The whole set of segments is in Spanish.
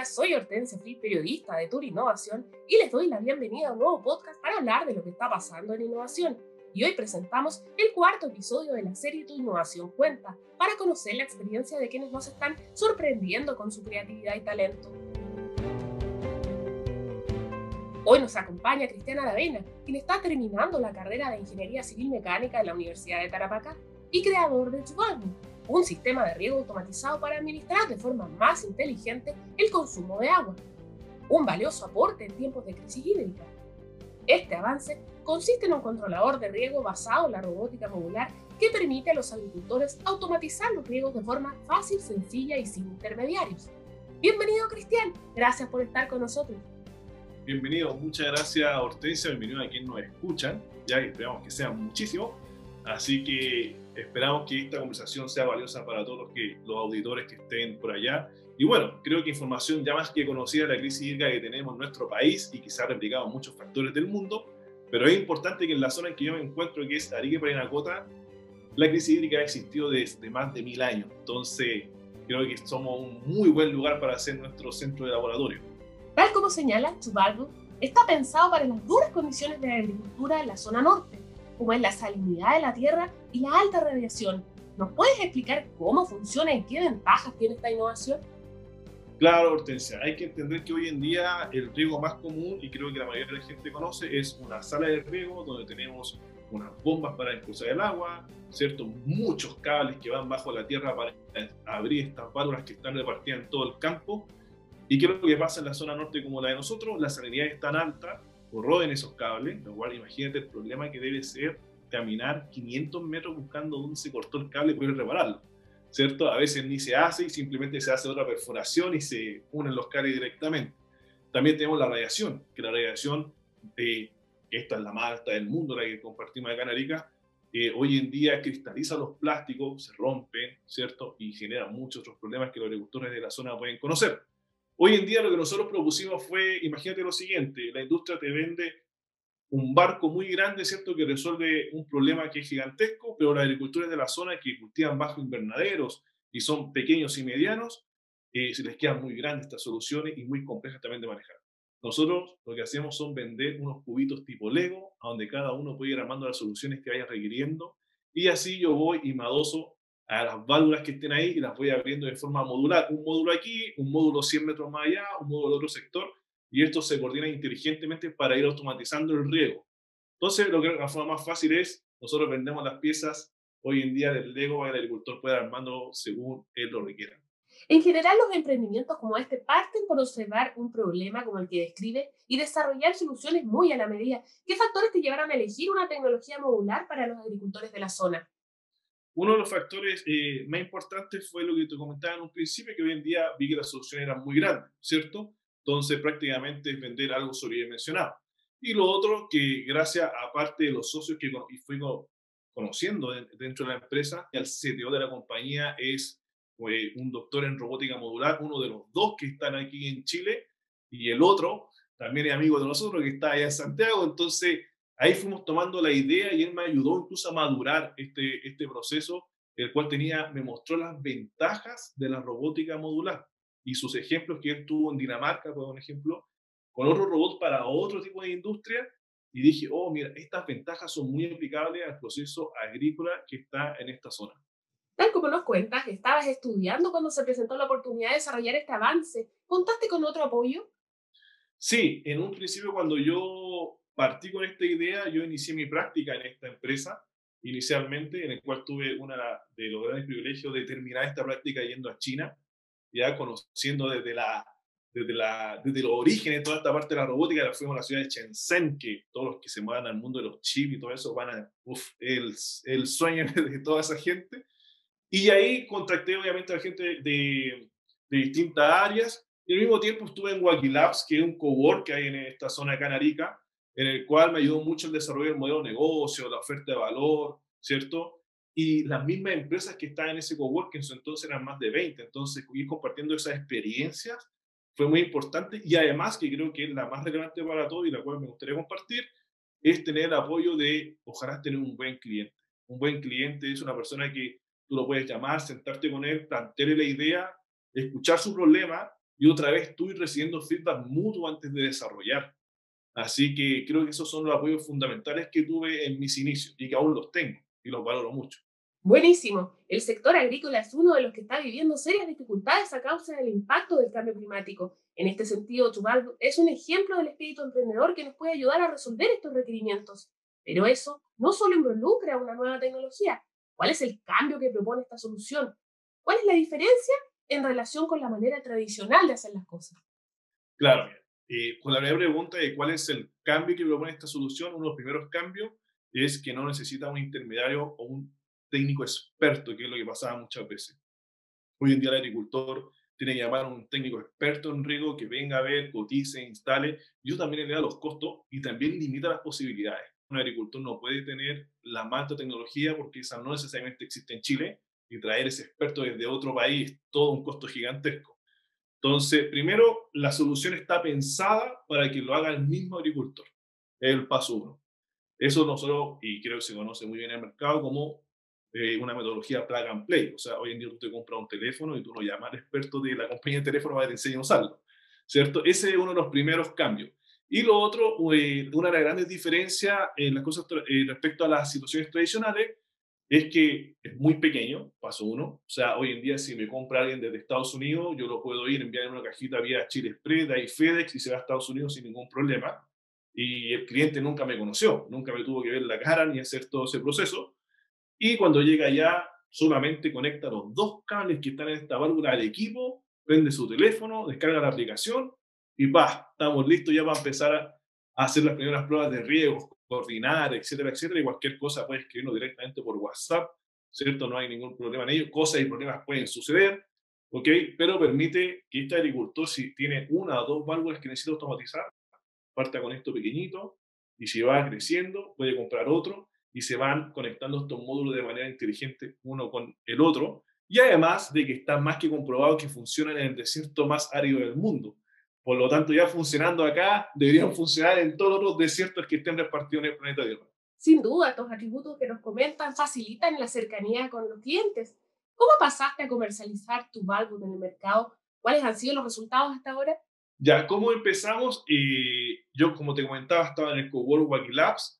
días, soy Hortensia Free, periodista de Tour Innovación, y les doy la bienvenida a un nuevo podcast para hablar de lo que está pasando en innovación. Y hoy presentamos el cuarto episodio de la serie Tu Innovación Cuenta, para conocer la experiencia de quienes nos están sorprendiendo con su creatividad y talento. Hoy nos acompaña Cristian Aravena, quien está terminando la carrera de Ingeniería Civil Mecánica en la Universidad de Tarapacá y creador de Chubago, un sistema de riego automatizado para administrar de forma más inteligente el consumo de agua, un valioso aporte en tiempos de crisis hídrica. Este avance consiste en un controlador de riego basado en la robótica modular que permite a los agricultores automatizar los riegos de forma fácil, sencilla y sin intermediarios. Bienvenido, Cristian, gracias por estar con nosotros. Bienvenido, muchas gracias Hortensia, bienvenido a quienes nos escuchan, ya esperamos que sean muchísimos, así que esperamos que esta conversación sea valiosa para todos los auditores que estén por allá. Y bueno, creo que información ya más que conocida de la crisis hídrica que tenemos en nuestro país y que se ha replicado en muchos factores del mundo, pero es importante que en la zona en que yo me encuentro, que es Arica y Parinacota, la crisis hídrica ha existido desde más de 1000 años, entonces creo que somos un muy buen lugar para hacer nuestro centro de laboratorio. Tal como señala, Chubago está pensado para las duras condiciones de la agricultura en la zona norte, como es la salinidad de la tierra y la alta radiación. ¿Nos puedes explicar cómo funciona y qué ventajas tiene esta innovación? Claro, Hortensia, hay que entender que hoy en día el riego más común, y creo que la mayoría de la gente conoce, es una sala de riego donde tenemos unas bombas para impulsar el agua, ¿cierto? Muchos cables que van bajo la tierra para abrir estas válvulas que están repartidas en todo el campo. ¿Y qué es lo que pasa en la zona norte como la de nosotros? La salinidad es tan alta, corroden esos cables, lo cual imagínate el problema que debe ser caminar 500 metros buscando dónde se cortó el cable y poder repararlo, ¿cierto? A veces ni se hace y simplemente se hace otra perforación y se unen los cables directamente. También tenemos la radiación, que la radiación, esta es la más alta del mundo, la que compartimos acá en Arica, hoy en día cristaliza los plásticos, se rompen, ¿cierto? Y genera muchos otros problemas que los agricultores de la zona pueden conocer. Hoy en día lo que nosotros propusimos fue, imagínate lo siguiente, la industria te vende un barco muy grande, ¿cierto?, que resuelve un problema que es gigantesco, pero los agricultores de la zona que cultivan bajo invernaderos y son pequeños y medianos, se les quedan muy grandes estas soluciones y muy complejas también de manejar. Nosotros lo que hacemos son vender unos cubitos tipo Lego, a donde cada uno puede ir armando las soluciones que vaya requiriendo, y así yo voy y me adoso a las válvulas que estén ahí y las voy abriendo de forma modular. Un módulo aquí, un módulo 100 metros más allá, un módulo de otro sector, y esto se coordina inteligentemente para ir automatizando el riego. Entonces, lo que la forma más fácil es, nosotros vendemos las piezas hoy en día del Lego para que el agricultor pueda ir armando según él lo requiera. En general, los emprendimientos como este parten por observar un problema como el que describe y desarrollar soluciones muy a la medida. ¿Qué factores te llevaron a elegir una tecnología modular para los agricultores de la zona? Uno de los factores más importantes fue lo que te comentaba en un principio, que hoy en día vi que las soluciones eran muy grandes, ¿cierto? Entonces prácticamente es vender algo sobredimensionado. Y lo otro, que gracias a parte de los socios que fui conociendo dentro de la empresa, el CTO de la compañía es un doctor en robótica modular, uno de los dos que están aquí en Chile, y el otro también es amigo de nosotros que está allá en Santiago. Entonces ahí fuimos tomando la idea y él me ayudó incluso a madurar este proceso, el cual me mostró las ventajas de la robótica modular y sus ejemplos que él tuvo en Dinamarca, por un ejemplo, con otro robot para otro tipo de industria. Y dije, oh, mira, estas ventajas son muy aplicables al proceso agrícola que está en esta zona. Tal como nos cuentas, estabas estudiando cuando se presentó la oportunidad de desarrollar este avance. ¿Contaste con otro apoyo? Sí, en un principio cuando yo partí con esta idea, yo inicié mi práctica en esta empresa inicialmente, en el cual tuve una de los grandes privilegios de terminar esta práctica yendo a China, ya conociendo desde los orígenes toda esta parte de la robótica. Fuimos a la ciudad de Shenzhen, que todos los que se muevan al mundo de los chips y todo eso van a, el sueño de toda esa gente. Y ahí contacté obviamente a gente de distintas áreas, y al mismo tiempo estuve en Wacky Labs, que es un cowork que hay en esta zona de Canarica, en el cual me ayudó mucho el desarrollo del modelo de negocio, la oferta de valor, ¿cierto? Y las mismas empresas que estaban en ese cowork, que en su entonces eran más de 20, entonces ir compartiendo esas experiencias fue muy importante. Y además, que creo que es la más relevante para todo y la cual me gustaría compartir, es tener el apoyo de, ojalá, tener un buen cliente. Un buen cliente es una persona que tú lo puedes llamar, sentarte con él, plantearle la idea, escuchar su problema y otra vez estoy recibiendo feedback mutuo antes de desarrollar. Así que creo que esos son los apoyos fundamentales que tuve en mis inicios y que aún los tengo y los valoro mucho. Buenísimo. El sector agrícola es uno de los que está viviendo serias dificultades a causa del impacto del cambio climático. En este sentido, Tuval es un ejemplo del espíritu emprendedor que nos puede ayudar a resolver estos requerimientos. Pero eso no solo involucra una nueva tecnología. ¿Cuál es el cambio que propone esta solución? ¿Cuál es la diferencia en relación con la manera tradicional de hacer las cosas? Claro, mira, con la primera pregunta de cuál es el cambio que propone esta solución, uno de los primeros cambios es que no necesita un intermediario o un técnico experto, que es lo que pasaba muchas veces. Hoy en día el agricultor tiene que llamar a un técnico experto en riego que venga a ver, cotice, instale, y eso también eleva los costos y también limita las posibilidades. Un agricultor no puede tener la más alta tecnología porque esa no necesariamente existe en Chile y traer ese experto desde otro país es todo un costo gigantesco. Entonces, primero, la solución está pensada para que lo haga el mismo agricultor. Es el paso uno. Eso nosotros, y creo que se conoce muy bien en el mercado como una metodología plug and play. O sea, hoy en día tú te compras un teléfono y tú no llamas al experto de la compañía de teléfono para que te enseñe a usarlo. ¿Cierto? Ese es uno de los primeros cambios. Y lo otro, una de las grandes diferencias en las cosas respecto a las situaciones tradicionales es que es muy pequeño, paso uno. O sea, hoy en día si me compra alguien desde Estados Unidos, yo lo puedo ir, enviar en una cajita vía Chile Express, de ahí FedEx y se va a Estados Unidos sin ningún problema. Y el cliente nunca me conoció, nunca me tuvo que ver la cara ni hacer todo ese proceso. Y cuando llega allá, solamente conecta los dos cables que están en esta válvula al equipo, prende su teléfono, descarga la aplicación y ¡pa! Estamos listos ya para empezar a hacer las primeras pruebas de riesgo, coordinar, etcétera, etcétera. Y cualquier cosa puede escribirnos directamente por WhatsApp, ¿cierto? No hay ningún problema en ello. Cosas y problemas pueden suceder, ¿ok? Pero permite que este agricultor, si tiene una o dos válvulas que necesita automatizar, parta con esto pequeñito y si va creciendo puede comprar otro y se van conectando estos módulos de manera inteligente uno con el otro. Y además de que está más que comprobado que funcionan en el desierto más árido del mundo. Por lo tanto, ya funcionando acá, deberían funcionar en todos los desiertos que estén repartidos en el planeta Tierra. Sin duda, estos atributos que nos comentan facilitan la cercanía con los clientes. ¿Cómo pasaste a comercializar tu álbum en el mercado? ¿Cuáles han sido los resultados hasta ahora? Ya, ¿cómo empezamos? Yo, como te comentaba, estaba en el Cowork Wacky Labs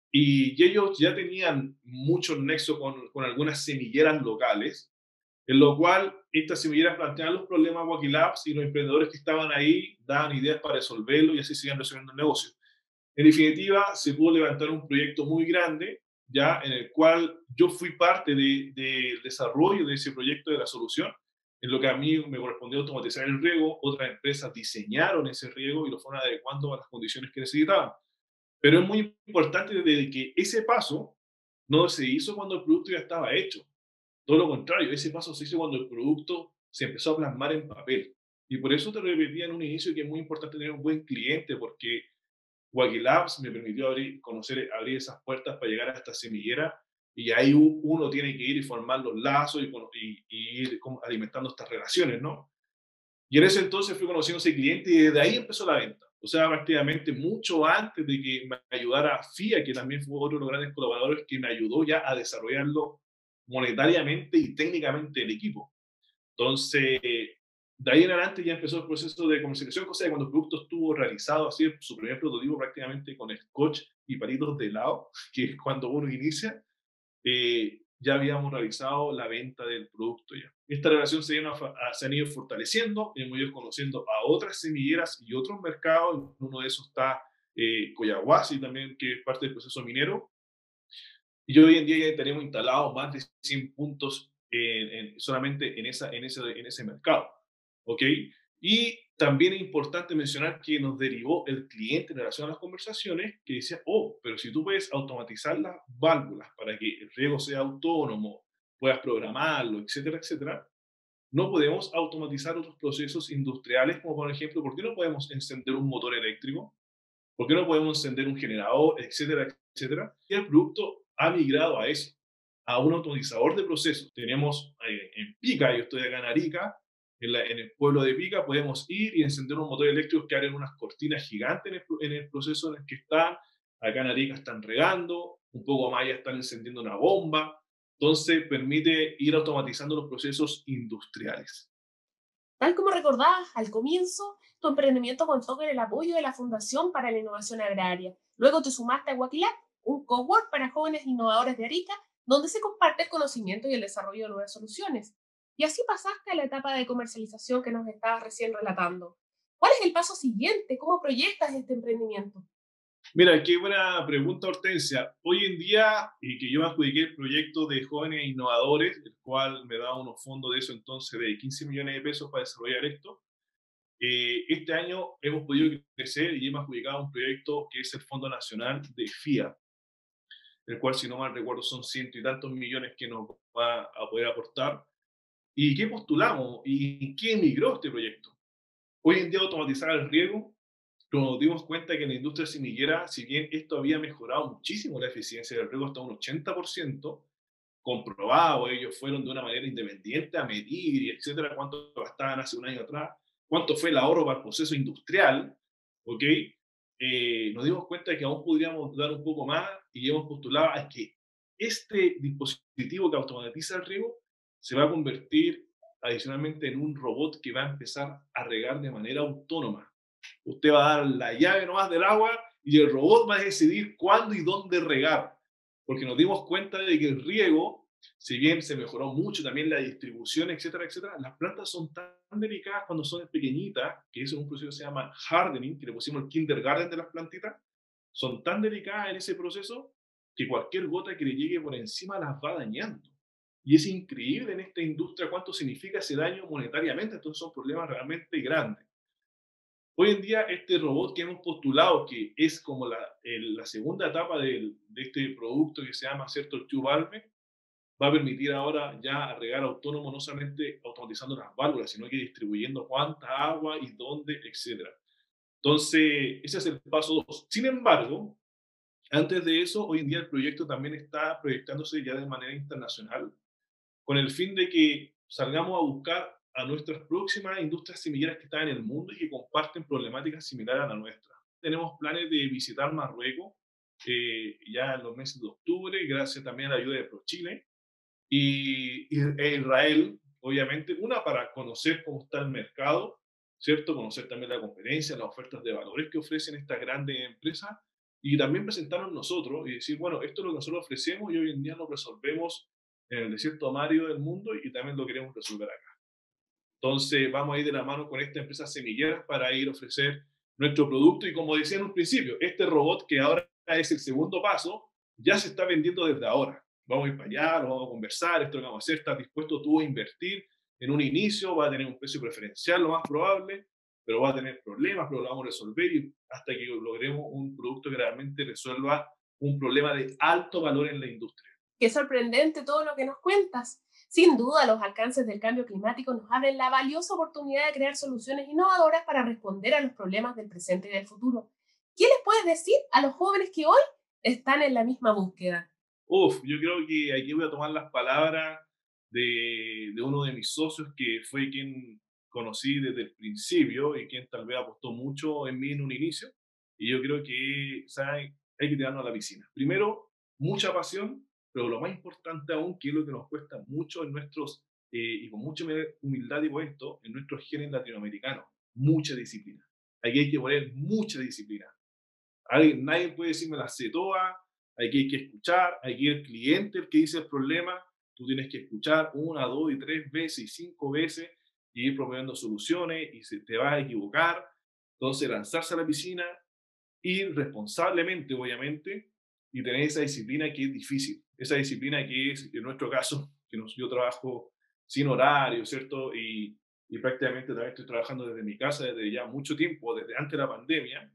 y ellos ya tenían mucho nexo con algunas semilleras locales, en lo cual estas semilleras planteaban los problemas a Wacky Labs y los emprendedores que estaban ahí daban ideas para resolverlo y así se iban resolviendo el negocio. En definitiva, se pudo levantar un proyecto muy grande, ya en el cual yo fui parte del desarrollo de ese proyecto de la solución, en lo que a mí me correspondió automatizar el riego, otras empresas diseñaron ese riego y lo fueron adecuando a las condiciones que necesitaban. Pero es muy importante de que ese paso no se hizo cuando el producto ya estaba hecho. Todo lo contrario, ese paso se hizo cuando el producto se empezó a plasmar en papel. Y por eso te repetía en un inicio que es muy importante tener un buen cliente, porque Wagi Labs me permitió abrir esas puertas para llegar a esta semillera y ahí uno tiene que ir y formar los lazos y ir alimentando estas relaciones, ¿no? Y en ese entonces fui conociendo a ese cliente y desde ahí empezó la venta. O sea, prácticamente mucho antes de que me ayudara FIA, que también fue otro de los grandes colaboradores que me ayudó ya a desarrollarlo monetariamente y técnicamente el equipo. Entonces, de ahí en adelante ya empezó el proceso de comercialización, cosa de cuando el producto estuvo realizado, así su primer prototipo prácticamente con scotch y palitos de helado, que es cuando uno inicia, ya habíamos realizado la venta del producto ya. Esta relación se han ido fortaleciendo, hemos ido conociendo a otras semilleras y otros mercados, uno de esos está Coyahuasi también, que es parte del proceso minero, y hoy en día ya tenemos instalados más de 100 puntos solamente en ese mercado. ¿Ok? Y también es importante mencionar que nos derivó el cliente en relación a las conversaciones que decía, oh, pero si tú puedes automatizar las válvulas para que el riego sea autónomo, puedas programarlo, etcétera, etcétera, no podemos automatizar otros procesos industriales, como por ejemplo, ¿por qué no podemos encender un motor eléctrico? ¿Por qué no podemos encender un generador, etcétera, etcétera? Y el producto ha migrado a eso, a un automatizador de procesos. Tenemos en Pica, yo estoy acá en Arica, en el pueblo de Pica, podemos ir y encender un motor eléctrico que abren unas cortinas gigantes en el proceso en el que están. Acá en Arica están regando, un poco más allá están encendiendo una bomba. Entonces permite ir automatizando los procesos industriales. Tal como recordabas al comienzo, tu emprendimiento contó con el apoyo de la Fundación para la Innovación Agraria. Luego te sumaste a Wakilat, un cowork para jóvenes innovadores de Arica, donde se comparte el conocimiento y el desarrollo de nuevas soluciones. Y así pasaste a la etapa de comercialización que nos estabas recién relatando. ¿Cuál es el paso siguiente? ¿Cómo proyectas este emprendimiento? Mira, qué buena pregunta, Hortensia. Hoy en día, y que yo me adjudiqué el proyecto de jóvenes innovadores, el cual me da unos fondos de eso entonces de 15 millones de pesos para desarrollar esto. Este año hemos podido crecer y hemos adjudicado un proyecto que es el Fondo Nacional de FIA, el cual, si no mal recuerdo, son ciento y tantos millones que nos va a poder aportar. ¿Y qué postulamos? ¿Y en qué emigró este proyecto? Hoy en día, automatizar el riego, nos dimos cuenta que en la industria semillera, si bien esto había mejorado muchísimo la eficiencia del riego hasta un 80%, comprobado, ellos fueron de una manera independiente a medir y etcétera, cuánto gastaban hace un año atrás, cuánto fue el ahorro para el proceso industrial, ¿ok? Nos dimos cuenta de que aún podríamos dar un poco más y hemos postulado a que este dispositivo que automatiza el riego se va a convertir adicionalmente en un robot que va a empezar a regar de manera autónoma. Usted va a dar la llave nomás del agua y el robot va a decidir cuándo y dónde regar. Porque nos dimos cuenta de que el riego, si bien se mejoró mucho también la distribución, etcétera, etcétera, las plantas son tan delicadas cuando son pequeñitas, que eso es un proceso que se llama hardening, que le pusimos el kindergarten de las plantitas, son tan delicadas en ese proceso que cualquier gota que le llegue por encima las va dañando. Y es increíble en esta industria cuánto significa ese daño monetariamente, entonces son problemas realmente grandes. Hoy en día, este robot que hemos postulado, que es como la segunda etapa de este producto que se llama, ¿cierto?, el Tube Valve, va a permitir ahora ya regar autónomo, no solamente automatizando las válvulas, sino que distribuyendo cuánta agua y dónde, etcétera. Entonces, ese es el paso 2. Sin embargo, antes de eso, hoy en día el proyecto también está proyectándose ya de manera internacional, con el fin de que salgamos a buscar a nuestras próximas industrias similares que están en el mundo y que comparten problemáticas similares a la nuestra. Tenemos planes de visitar Marruecos ya en los meses de octubre, gracias también a la ayuda de ProChile, e Israel, obviamente, una para conocer cómo está el mercado, ¿cierto? Conocer también la competencia, las ofertas de valores que ofrecen estas grandes empresas y también presentarnos nosotros y decir, bueno, esto es lo que nosotros ofrecemos y hoy en día lo resolvemos en el desierto amarillo del mundo y también lo queremos resolver acá. Entonces, vamos a ir de la mano con estas empresas semilleras para ir a ofrecer nuestro producto y como decía en un principio, este robot que ahora es el segundo paso, ya se está vendiendo desde ahora. Vamos a ir para allá, lo vamos a conversar, esto lo que vamos a hacer, estás dispuesto tú a invertir en un inicio, va a tener un precio preferencial, lo más probable, pero va a tener problemas, pero lo vamos a resolver y hasta que logremos un producto que realmente resuelva un problema de alto valor en la industria. Qué sorprendente todo lo que nos cuentas. Sin duda, los alcances del cambio climático nos abren la valiosa oportunidad de crear soluciones innovadoras para responder a los problemas del presente y del futuro. ¿Qué les puedes decir a los jóvenes que hoy están en la misma búsqueda? Uf, yo creo que aquí voy a tomar las palabras de uno de mis socios que fue quien conocí desde el principio y quien tal vez apostó mucho en mí en un inicio. Y yo creo que, ¿saben? Hay que tirarnos a la piscina. Primero, mucha pasión, pero lo más importante aún, que es lo que nos cuesta mucho en nuestros, y con mucha humildad digo esto, en nuestros genes latinoamericanos, mucha disciplina. Aquí hay que poner mucha disciplina. Nadie puede decirme la sé todas, hay que escuchar, hay que el cliente el que dice el problema, tú tienes que escuchar una, dos y tres veces y cinco veces y ir proponiendo soluciones y se te vas a equivocar. Entonces, lanzarse a la piscina, ir responsablemente, obviamente, y tener esa disciplina que es difícil. Esa disciplina que es, en nuestro caso, yo trabajo sin horario, ¿cierto? Y prácticamente también estoy trabajando desde mi casa desde ya mucho tiempo, desde antes de la pandemia,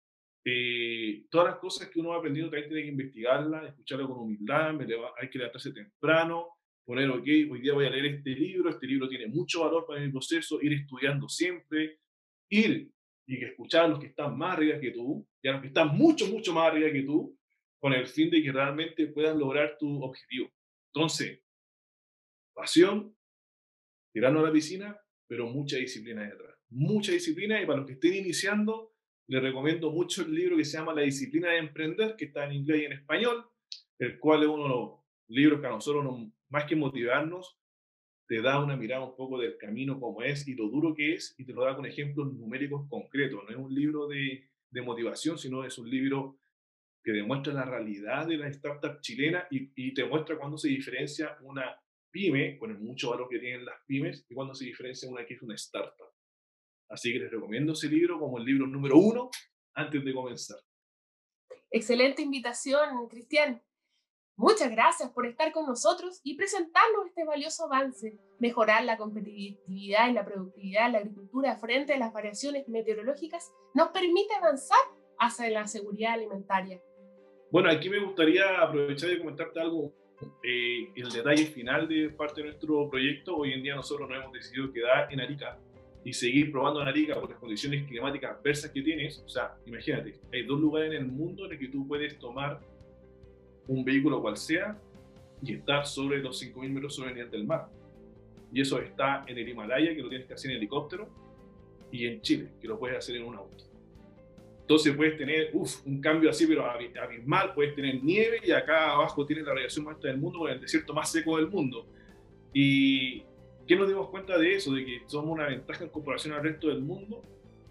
todas las cosas que uno va aprendiendo también tiene que investigarlas, escucharlas con humildad, hay que levantarse temprano, poner, ok, hoy día voy a leer este libro tiene mucho valor para mi proceso, ir estudiando siempre, ir y que escuchar a los que están más arriba que tú, y a los que están mucho, mucho más arriba que tú, con el fin de que realmente puedas lograr tu objetivo. Entonces, pasión, tirarnos a la piscina, pero mucha disciplina detrás. Mucha disciplina y para los que estén iniciando, les recomiendo mucho el libro que se llama La disciplina de emprender, que está en inglés y en español, el cual es uno de los libros que a nosotros, más que motivarnos, te da una mirada un poco del camino como es y lo duro que es, y te lo da con ejemplos numéricos concretos. No es un libro de motivación, sino es un libro que demuestra la realidad de la startup chilena y te muestra cuándo se diferencia una pyme, con el mucho valor que tienen las pymes, y cuándo se diferencia una que es una startup. Así que les recomiendo ese libro como el libro número uno antes de comenzar. Excelente invitación, Cristian. Muchas gracias por estar con nosotros y presentarnos este valioso avance. Mejorar la competitividad y la productividad de la agricultura frente a las variaciones meteorológicas nos permite avanzar hacia la seguridad alimentaria. Bueno, aquí me gustaría aprovechar de comentarte algo. El detalle final de parte de nuestro proyecto, hoy en día nosotros nos hemos decidido quedar en Arica y seguir probando en Arica por las condiciones climáticas adversas que tienes. O sea, imagínate, hay dos lugares en el mundo en el que tú puedes tomar un vehículo cual sea y estar sobre los 5.000 metros sobre el nivel del mar. Y eso está en el Himalaya, que lo tienes que hacer en helicóptero, y en Chile, que lo puedes hacer en un auto. Entonces puedes tener un cambio así, pero abismal. Puedes tener nieve y acá abajo tienes la radiación más alta del mundo con el desierto más seco del mundo. ¿Y qué nos dimos cuenta de eso? De que somos una ventaja en comparación al resto del mundo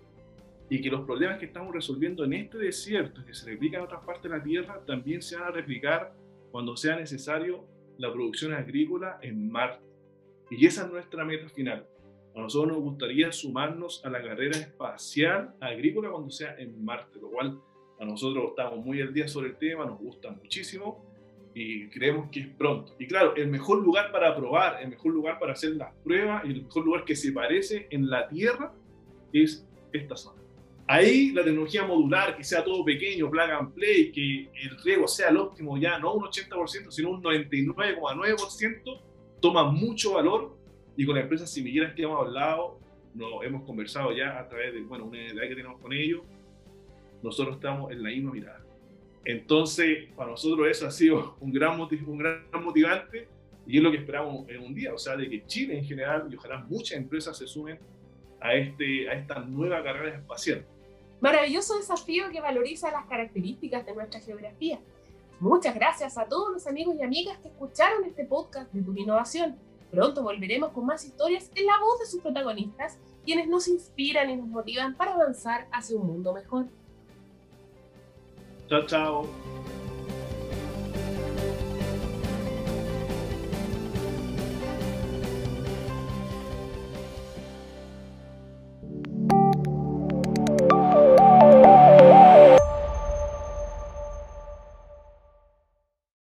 y que los problemas que estamos resolviendo en este desierto, que se replican en otras partes de la Tierra, también se van a replicar cuando sea necesario la producción agrícola en Marte. Y esa es nuestra meta final. A nosotros nos gustaría sumarnos a la carrera espacial agrícola cuando sea en Marte, lo cual a nosotros estamos muy al día sobre el tema, nos gusta muchísimo y creemos que es pronto. Y claro, el mejor lugar para probar, el mejor lugar para hacer las pruebas y el mejor lugar que se parece en la Tierra es esta zona. Ahí la tecnología modular, que sea todo pequeño, plug and play, que el riego sea el óptimo ya, no un 80%, sino un 99,9%, toma mucho valor. Y con las empresas similares que hemos hablado, nos hemos conversado ya a través de una idea que tenemos con ellos, nosotros estamos en la misma mirada. Entonces, para nosotros eso ha sido un gran motivante y es lo que esperamos en un día, o sea, de que Chile en general y ojalá muchas empresas se sumen a esta nueva carrera espacial. Maravilloso desafío que valoriza las características de nuestra geografía. Muchas gracias a todos los amigos y amigas que escucharon este podcast de Tu Innovación. Pronto volveremos con más historias en la voz de sus protagonistas, quienes nos inspiran y nos motivan para avanzar hacia un mundo mejor. Chao, chao.